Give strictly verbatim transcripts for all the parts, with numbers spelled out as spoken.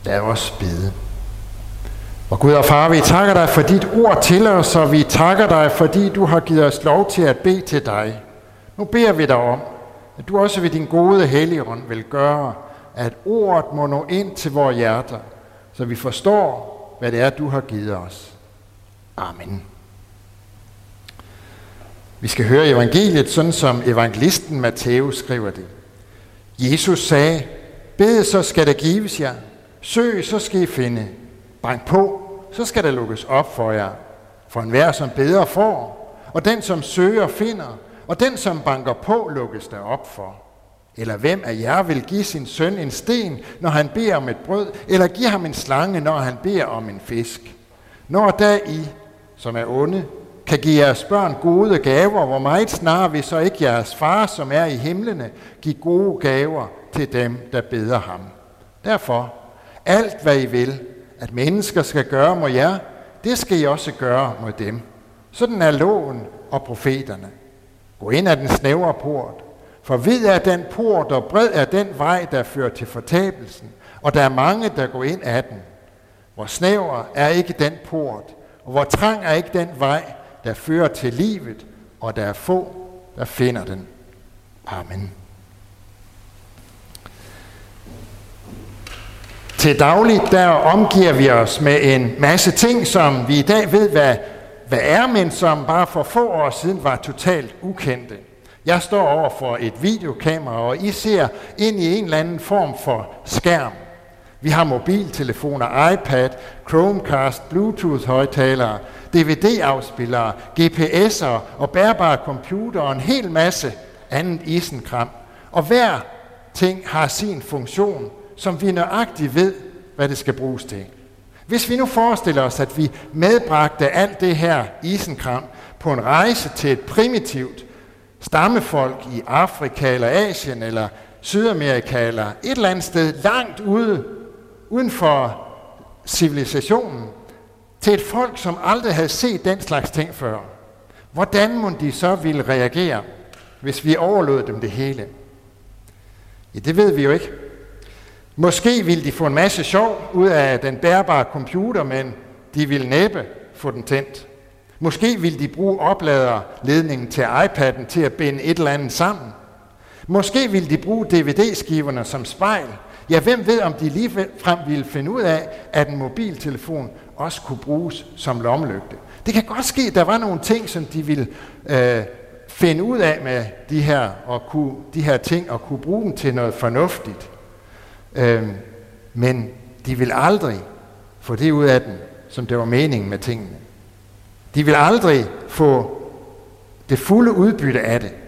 Lad os bede. Og Gud og Far, vi takker dig for dit ord til os, og vi takker dig, fordi du har givet os lov til at bede til dig. Nu beder vi dig om, at du også ved din gode Helligånd vil gøre, at ordet må nå ind til vores hjerter, så vi forstår, hvad det er, du har givet os. Amen. Vi skal høre evangeliet, sådan som evangelisten Matthæus skriver det. Jesus sagde, bed, så skal der gives jer. Søg, så skal I finde. Bank på, så skal der lukkes op for jer. For enhver, som beder, får, og den, som søger, finder, og den, som banker på, lukkes der op for. Eller hvem af jer vil give sin søn en sten, når han beder om et brød, eller give ham en slange, når han beder om en fisk? Når da I, som er onde, kan give jeres børn gode gaver, hvor meget snarere vil så ikke jeres far, som er i himlene, give gode gaver til dem, der beder ham. Derfor, alt hvad I vil, at mennesker skal gøre mod jer, det skal I også gøre mod dem. Sådan er loven og profeterne. Gå ind ad den snævre port, for vid er den port, og bred er den vej, der fører til fortabelsen, og der er mange, der går ind ad den. Hvor snæver er ikke den port, og hvor trang er ikke den vej, der fører til livet, og der er få, der finder den. Amen. Til dagligt, der omgiver vi os med en masse ting, som vi i dag ved, hvad, hvad er, men som bare for få år siden var totalt ukendte. Jeg står over for et videokamera, og I ser ind i en eller anden form for skærm. Vi har mobiltelefoner, iPad, Chromecast, Bluetooth-højttalere, D V D-afspillere, G P S'er og bærbare computere og en hel masse andet isenkram. Og hver ting har sin funktion, som vi nøjagtigt ved, hvad det skal bruges til. Hvis vi nu forestiller os, at vi medbragte alt det her isenkram på en rejse til et primitivt stammefolk i Afrika eller Asien eller Sydamerika eller et eller andet sted langt ude, uden for civilisationen, til et folk, som aldrig havde set den slags ting før. Hvordan må de så ville reagere, hvis vi overlod dem det hele? Ja, det ved vi jo ikke. Måske ville de få en masse sjov ud af den bærbare computer, men de ville næppe få den tændt. Måske ville de bruge opladerledningen til iPad'en til at binde et eller andet sammen. Måske ville de bruge D V D-skiverne som spejl. Ja, hvem ved, om de ligefrem ville finde ud af, at en mobiltelefon også kunne bruges som lommelygte. Det kan godt ske, at der var nogle ting, som de ville øh, finde ud af med de her, og kunne, de her ting, og kunne bruge dem til noget fornuftigt. Øh, men de vil aldrig få det ud af den, som det var meningen med tingene. De vil aldrig få det fulde udbytte af det.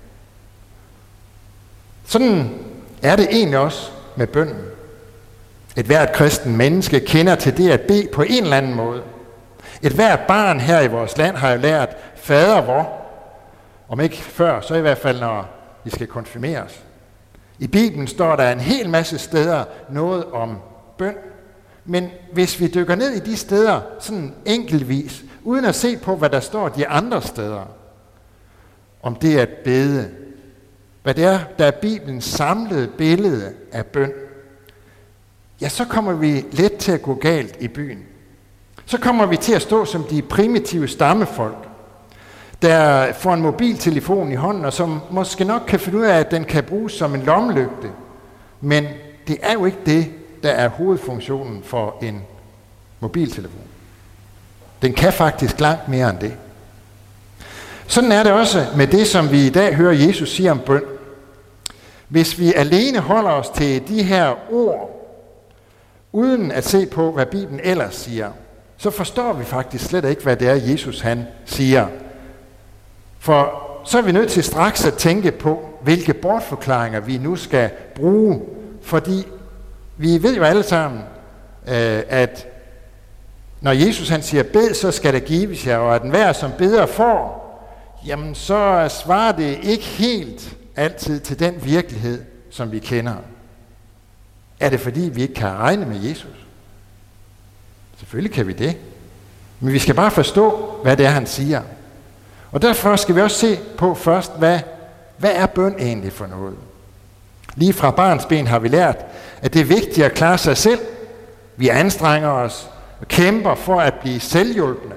Sådan er det egentlig også med bønnen. Et hvert kristen menneske kender til det at bede på en eller anden måde. Et hvert barn her i vores land har jo lært fader vor, om ikke før, så i hvert fald når vi skal konfirmeres. I Bibelen står der en hel masse steder noget om bøn, men hvis vi dykker ned i de steder sådan enkeltvis, uden at se på, hvad der står de andre steder, om det at bede, hvad det er, der er Bibelens samlede billede af bøn, ja, så kommer vi let til at gå galt i byen. Så kommer vi til at stå som de primitive stammefolk, der får en mobiltelefon i hånden, og som måske nok kan finde ud af, at den kan bruges som en lommelygte. Men det er jo ikke det, der er hovedfunktionen for en mobiltelefon. Den kan faktisk langt mere end det. Sådan er det også med det, som vi i dag hører Jesus sige om bøn. Hvis vi alene holder os til de her ord, uden at se på, hvad Bibelen ellers siger, så forstår vi faktisk slet ikke, hvad det er, Jesus han siger. For så er vi nødt til straks at tænke på, hvilke bortforklaringer vi nu skal bruge. Fordi vi ved jo alle sammen, at når Jesus han siger, bed, så skal der gives jer, og at enhver, som beder, får, jamen så svarer det ikke helt altid til den virkelighed, som vi kender. Er det fordi, vi ikke kan regne med Jesus? Selvfølgelig kan vi det. Men vi skal bare forstå, hvad det er, han siger. Og derfor skal vi også se på først, hvad, hvad er bøn egentlig for noget? Lige fra barnsben har vi lært, at det er vigtigt at klare sig selv, Vi anstrenger os og kæmper for at blive selvhjulpne.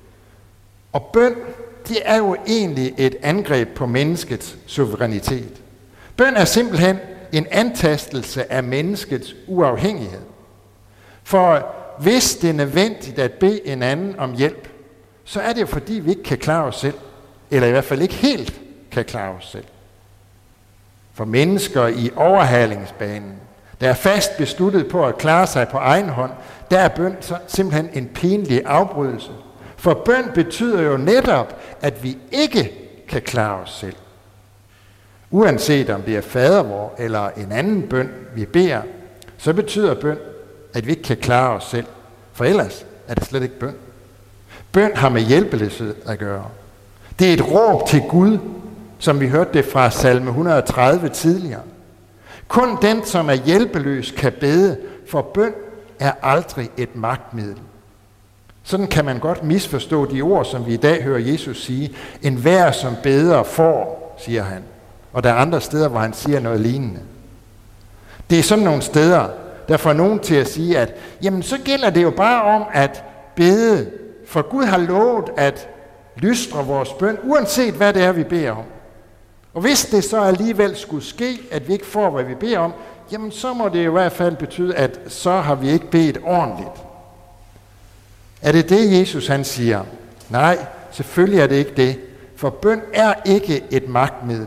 Og bøn, det er jo egentlig et angreb på menneskets suverænitet. Bøn er simpelthen en antastelse af menneskets uafhængighed. For hvis det er nødvendigt at bede en anden om hjælp, så er det jo fordi, vi ikke kan klare os selv. Eller i hvert fald ikke helt kan klare os selv. For mennesker i overhalingsbanen, der er fast besluttet på at klare sig på egen hånd, der er bøn simpelthen en pinlig afbrydelse. For bøn betyder jo netop, at vi ikke kan klare os selv. Uanset om det er fadervor eller en anden bøn, vi beder, så betyder bøn, at vi ikke kan klare os selv. For ellers er det slet ikke bøn. Bøn har med hjælpeløshed at gøre. Det er et råb til Gud, som vi hørte det fra salme et hundrede og tredive tidligere. Kun den, som er hjælpeløs, kan bede, for bøn er aldrig et magtmiddel. Sådan kan man godt misforstå de ord, som vi i dag hører Jesus sige. En hver, som beder, får, siger han. Og der er andre steder, hvor han siger noget lignende. Det er sådan nogle steder, der får nogen til at sige, at jamen, så gælder det jo bare om at bede, for Gud har lovet at lystre vores bøn, uanset hvad det er, vi beder om. Og hvis det så alligevel skulle ske, at vi ikke får, hvad vi beder om, jamen så må det i hvert fald betyde, at så har vi ikke bedt ordentligt. Er det det, Jesus han siger? Nej, selvfølgelig er det ikke det. For bøn er ikke et magtmiddel,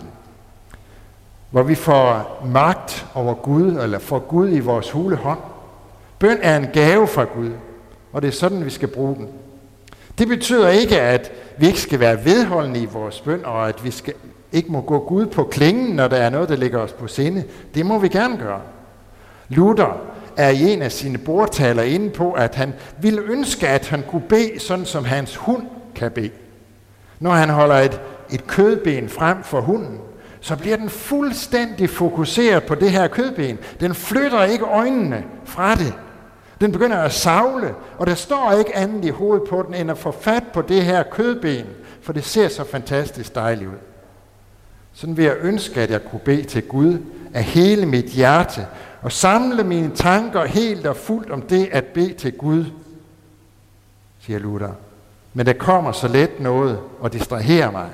hvor vi får magt over Gud, eller får Gud i vores hule hånd. Bøn er en gave fra Gud, og det er sådan, vi skal bruge den. Det betyder ikke, at vi ikke skal være vedholdende i vores bøn, og at vi skal, ikke må gå Gud på klingen, når der er noget, der ligger os på sinde. Det må vi gerne gøre. Luther er i en af sine bordtaler inde på, at han ville ønske, at han kunne bede, sådan som hans hund kan bede. Når han holder et, et kødben frem for hunden, så bliver den fuldstændig fokuseret på det her kødben. Den flytter ikke øjnene fra det. Den begynder at savle, og der står ikke andet i hovedet på den, end at få fat på det her kødben, for det ser så fantastisk dejligt ud. Sådan vil jeg ønske, at jeg kunne bede til Gud af hele mit hjerte, og samle mine tanker helt og fuldt om det at bede til Gud, siger Luther. Men der kommer så let noget og distraherer mig,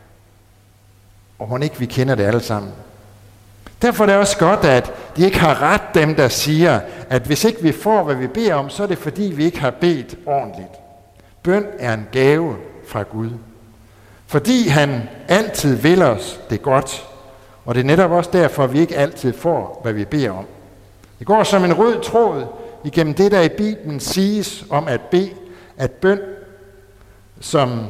og hun ikke vi kender det alle sammen. Derfor er det også godt, at de ikke har ret, dem der siger, at hvis ikke vi får, hvad vi beder om, så er det fordi, vi ikke har bedt ordentligt. Bøn er en gave fra Gud. Fordi han altid vil os det godt, og det er netop også derfor, at vi ikke altid får, hvad vi beder om. Det går som en rød tråd igennem det, der i Bibelen siges om at bede, at bøn, som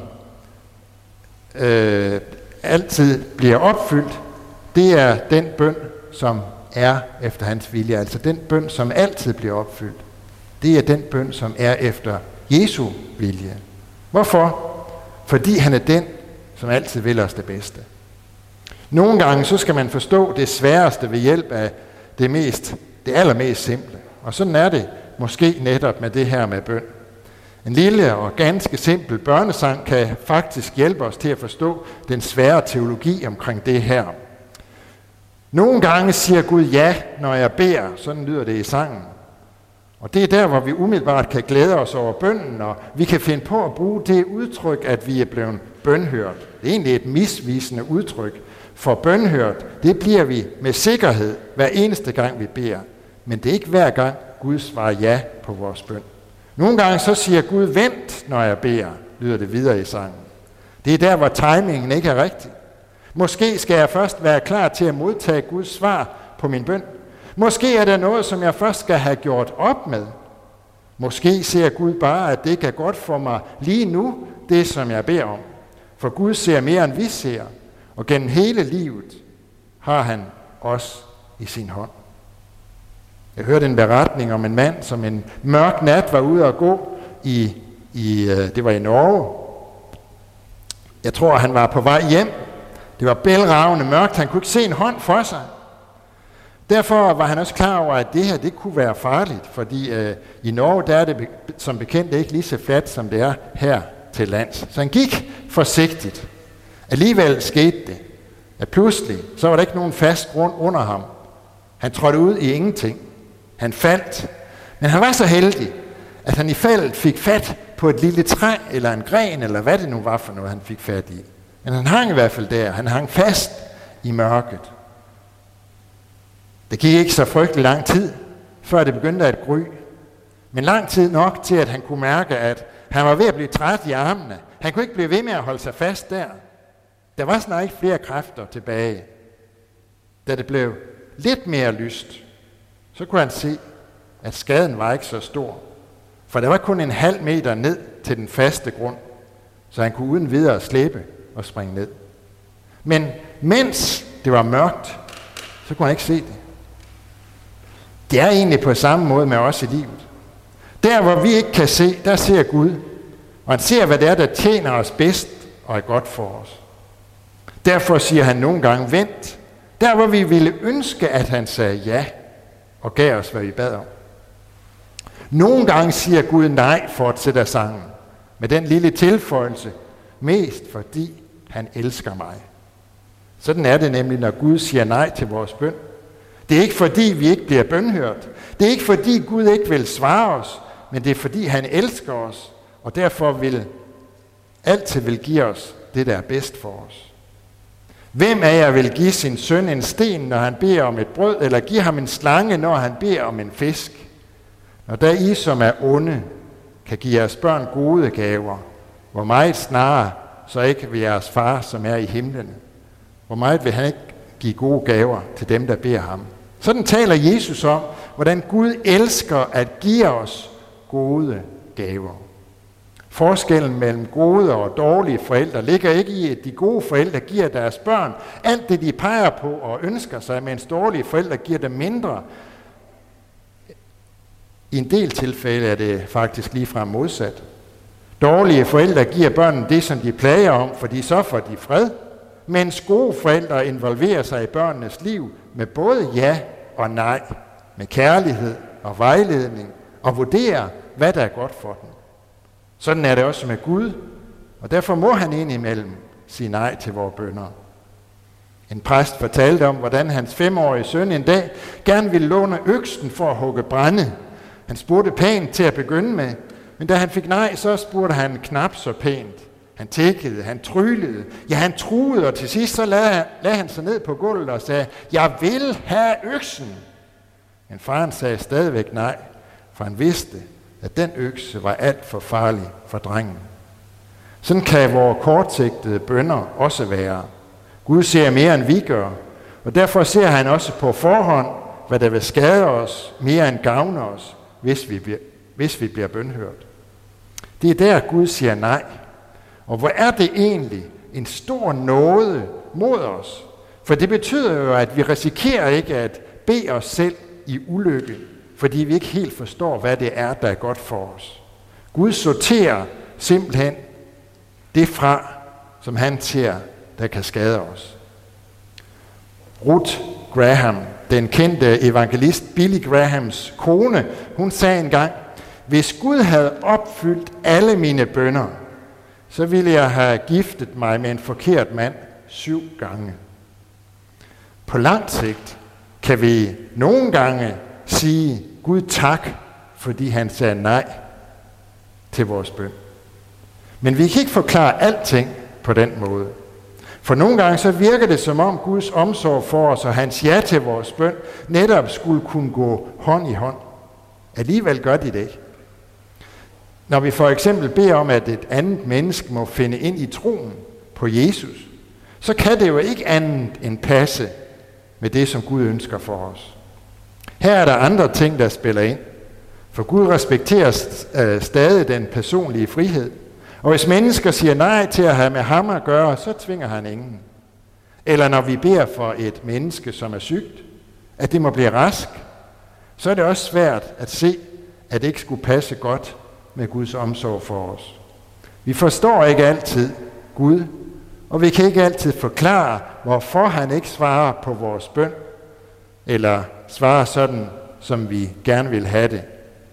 øh, altid bliver opfyldt, det er den bøn, som er efter hans vilje. Altså den bøn, som altid bliver opfyldt. Det er den bøn, som er efter Jesu vilje. Hvorfor? Fordi han er den, som altid vil os det bedste. Nogle gange så skal man forstå det sværeste ved hjælp af det, mest, det allermest simple. Og sådan er det måske netop med det her med bøn. En lille og ganske simpel børnesang kan faktisk hjælpe os til at forstå den svære teologi omkring det her. Nogle gange siger Gud ja, når jeg beder. Sådan lyder det i sangen. Og det er der, hvor vi umiddelbart kan glæde os over bønnen, og vi kan finde på at bruge det udtryk, at vi er blevet bønhørt. Det er egentlig et misvisende udtryk, for bønhørt, det bliver vi med sikkerhed hver eneste gang, vi beder. Men det er ikke hver gang, Gud svarer ja på vores bøn. Nogle gange så siger Gud, vent, når jeg beder, lyder det videre i sangen. Det er der, hvor timingen ikke er rigtig. Måske skal jeg først være klar til at modtage Guds svar på min bøn. Måske er der noget, som jeg først skal have gjort op med. Måske ser Gud bare, at det ikke er godt for mig lige nu, det som jeg beder om. For Gud ser mere, end vi ser, og gennem hele livet har han os i sin hånd. Jeg hørte en beretning om en mand, som en mørk nat var ude at gå i, i det var i Norge. Jeg tror, han var på vej hjem. Det var bælragende mørkt, han kunne ikke se en hånd for sig. Derfor var han også klar over, at det her det kunne være farligt, fordi øh, i Norge der er det som bekendt ikke lige så fladt, som det er her til lands. Så han gik forsigtigt. Alligevel skete det, at pludselig så var der ikke nogen fast grund under ham. Han trådte ud i ingenting. Han faldt, Men han var så heldig, at han i faldet fik fat på et lille træ, eller en gren, eller hvad det nu var for noget, han fik fat i. Men han hang i hvert fald der. Han hang fast i mørket. Det gik ikke så frygtelig lang tid, før det begyndte at gry. Men lang tid nok til, at han kunne mærke, at han var ved at blive træt i armene. Han kunne ikke blive ved med at holde sig fast der. Der var snart ikke flere kræfter tilbage. Da det blev lidt mere lyst, så kunne han se, at skaden var ikke så stor. For der var kun en halv meter ned til den faste grund, så han kunne uden videre slæbe og springe ned. Men mens det var mørkt, så kunne han ikke se det. Det er egentlig på samme måde med os i livet. Der, hvor vi ikke kan se, der ser Gud. Og han ser, hvad det er, der tjener os bedst og er godt for os. Derfor siger han nogle gange, vent. Der, hvor vi ville ønske, at han sagde ja og gav os, hvad vi bad om. Nogle gange siger Gud nej, fortsætter sangen. Med den lille tilføjelse, mest fordi han elsker mig. Sådan er det nemlig, når Gud siger nej til vores bøn. Det er ikke fordi, vi ikke bliver bønhørt. Det er ikke fordi, Gud ikke vil svare os, men det er fordi, han elsker os, og derfor vil altid vil give os det, der er bedst for os. Hvem af jer vil give sin søn en sten, når han beder om et brød, eller give ham en slange, når han beder om en fisk? Når der I, som er onde, kan give jeres børn gode gaver, hvor meget snarere, så ikke vil jeres far, som er i himlen. Hvor meget vil han ikke give gode gaver til dem, der beder ham? Sådan taler Jesus om, hvordan Gud elsker at give os gode gaver. Forskellen mellem gode og dårlige forældre ligger ikke i, at de gode forældre giver deres børn alt det, de peger på og ønsker sig, mens dårlige forældre giver dem mindre. I en del tilfælde er det faktisk ligefrem modsat. Dårlige forældre giver børnene det, som de plager om, fordi så får de fred, mens gode forældre involverer sig i børnenes liv med både ja og nej, med kærlighed og vejledning, og vurderer, hvad der er godt for dem. Sådan er det også med Gud, og derfor må han indimellem sige nej til vores bønner. En præst fortalte om, hvordan hans femårige søn en dag gerne ville låne øksen for at hugge brænde. Han spurgte pænt til at begynde med, men da han fik nej, så spurgte han knap så pænt. Han tækkede, han trylede, ja han truede, og til sidst så lagde, lagde han sig ned på gulvet og sagde, jeg vil have øksen. Men faren sagde stadigvæk nej, for han vidste, at den økse var alt for farlig for drengen. Sådan kan vores kortsigtede bønner også være. Gud ser mere end vi gør, og derfor ser han også på forhånd, hvad der vil skade os mere end gavne os, hvis vi, hvis vi bliver bønhørt. Det er der Gud siger nej. Og hvor er det egentlig en stor nåde mod os? For det betyder jo, at vi risikerer ikke at bede os selv i ulykke, fordi vi ikke helt forstår, hvad det er, der er godt for os. Gud sorterer simpelthen det fra, som han ser, der kan skade os. Ruth Graham, den kendte evangelist Billy Grahams kone, hun sagde engang, hvis Gud havde opfyldt alle mine bønner, så ville jeg have giftet mig med en forkert mand syv gange. På lang sigt kan vi nogle gange sige Gud tak, fordi han sagde nej til vores bøn. Men vi kan ikke forklare alting på den måde. For nogle gange så virker det som om Guds omsorg for os og hans ja til vores bøn netop skulle kunne gå hånd i hånd. Alligevel gør de det ikke. Når vi for eksempel beder om, at et andet menneske må finde ind i troen på Jesus, så kan det jo ikke andet end passe med det, som Gud ønsker for os. Her er der andre ting, der spiller ind. For Gud respekterer stadig den personlige frihed. Og hvis mennesker siger nej til at have med ham at gøre, så tvinger han ingen. Eller når vi beder for et menneske, som er sygt, at det må blive rask, så er det også svært at se, at det ikke skulle passe godt med Guds omsorg for os. Vi forstår ikke altid Gud, og vi kan ikke altid forklare, hvorfor han ikke svarer på vores bøn, eller svarer sådan, som vi gerne vil have det.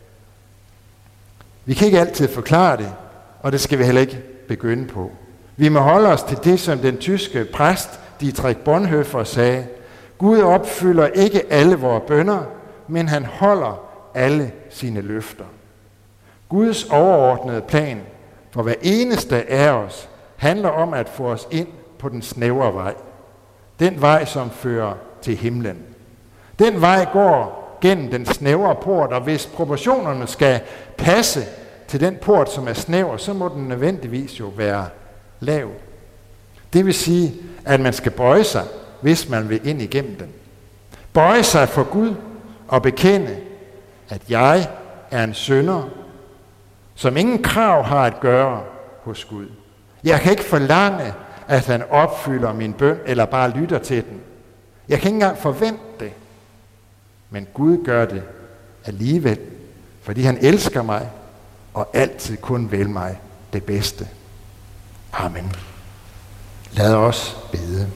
Vi kan ikke altid forklare det, og det skal vi heller ikke begynde på. Vi må holde os til det, som den tyske præst Dietrich Bonhoeffer sagde. Gud opfylder ikke alle vores bønner, men han holder alle sine løfter. Guds overordnede plan for hver eneste af os handler om at få os ind på den snævre vej. Den vej, som fører til himlen. Den vej går gennem den snævre port, og hvis proportionerne skal passe til den port, som er snæver, så må den nødvendigvis jo være lav. Det vil sige, at man skal bøje sig, hvis man vil ind igennem den. Bøje sig for Gud og bekende, at jeg er en synder, som ingen krav har at gøre hos Gud. Jeg kan ikke forlange, at han opfylder min bøn, eller bare lytter til den. Jeg kan ikke engang forvente det. Men Gud gør det alligevel, fordi han elsker mig, og altid kun vil mig det bedste. Amen. Lad os bede.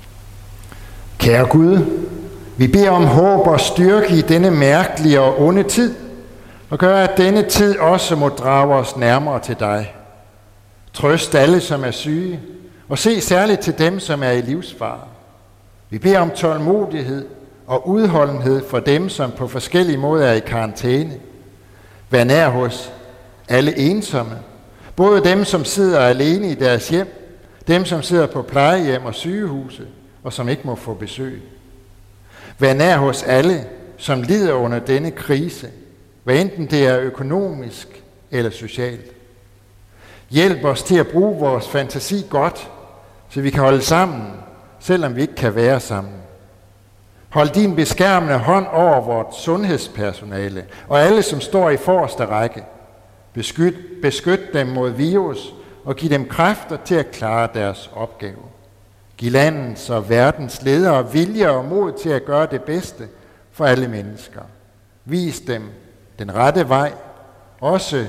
Kære Gud, vi beder om håb og styrke i denne mærkelige og onde tid, og gør, at denne tid også må drage os nærmere til dig. Trøst alle, som er syge, og se særligt til dem, som er i livsfare. Vi beder om tålmodighed og udholdenhed for dem, som på forskellige måder er i karantæne. Vær nær hos alle ensomme, både dem, som sidder alene i deres hjem, dem, som sidder på plejehjem og sygehuse, og som ikke må få besøg. Vær nær hos alle, som lider under denne krise, hvad enten det er økonomisk eller socialt. Hjælp os til at bruge vores fantasi godt, så vi kan holde sammen, selvom vi ikke kan være sammen. Hold din beskærmende hånd over vort sundhedspersonale og alle, som står i forreste række. Beskyt, beskyt dem mod virus og giv dem kræfter til at klare deres opgave. Giv landets og verdens ledere vilje og mod til at gøre det bedste for alle mennesker. Vis dem den rette vej, også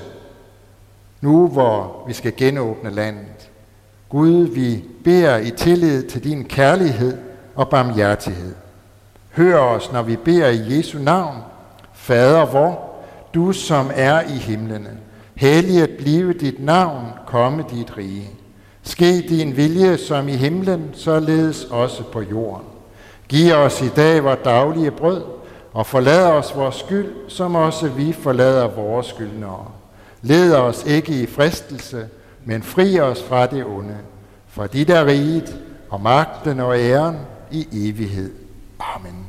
nu hvor vi skal genåbne landet. Gud, vi beder i tillid til din kærlighed og barmhjertighed. Hør os, når vi beder i Jesu navn. Fader vor, du som er i himlene, helliget blive dit navn, komme dit rige. Ske din vilje som i himlen, således også på jorden. Giv os i dag vores daglige brød, og forlad os vores skyld, som også vi forlader vores skyldnere. Led os ikke i fristelse, men fri os fra det onde. For dit er riget, og magten og æren i evighed. Amen.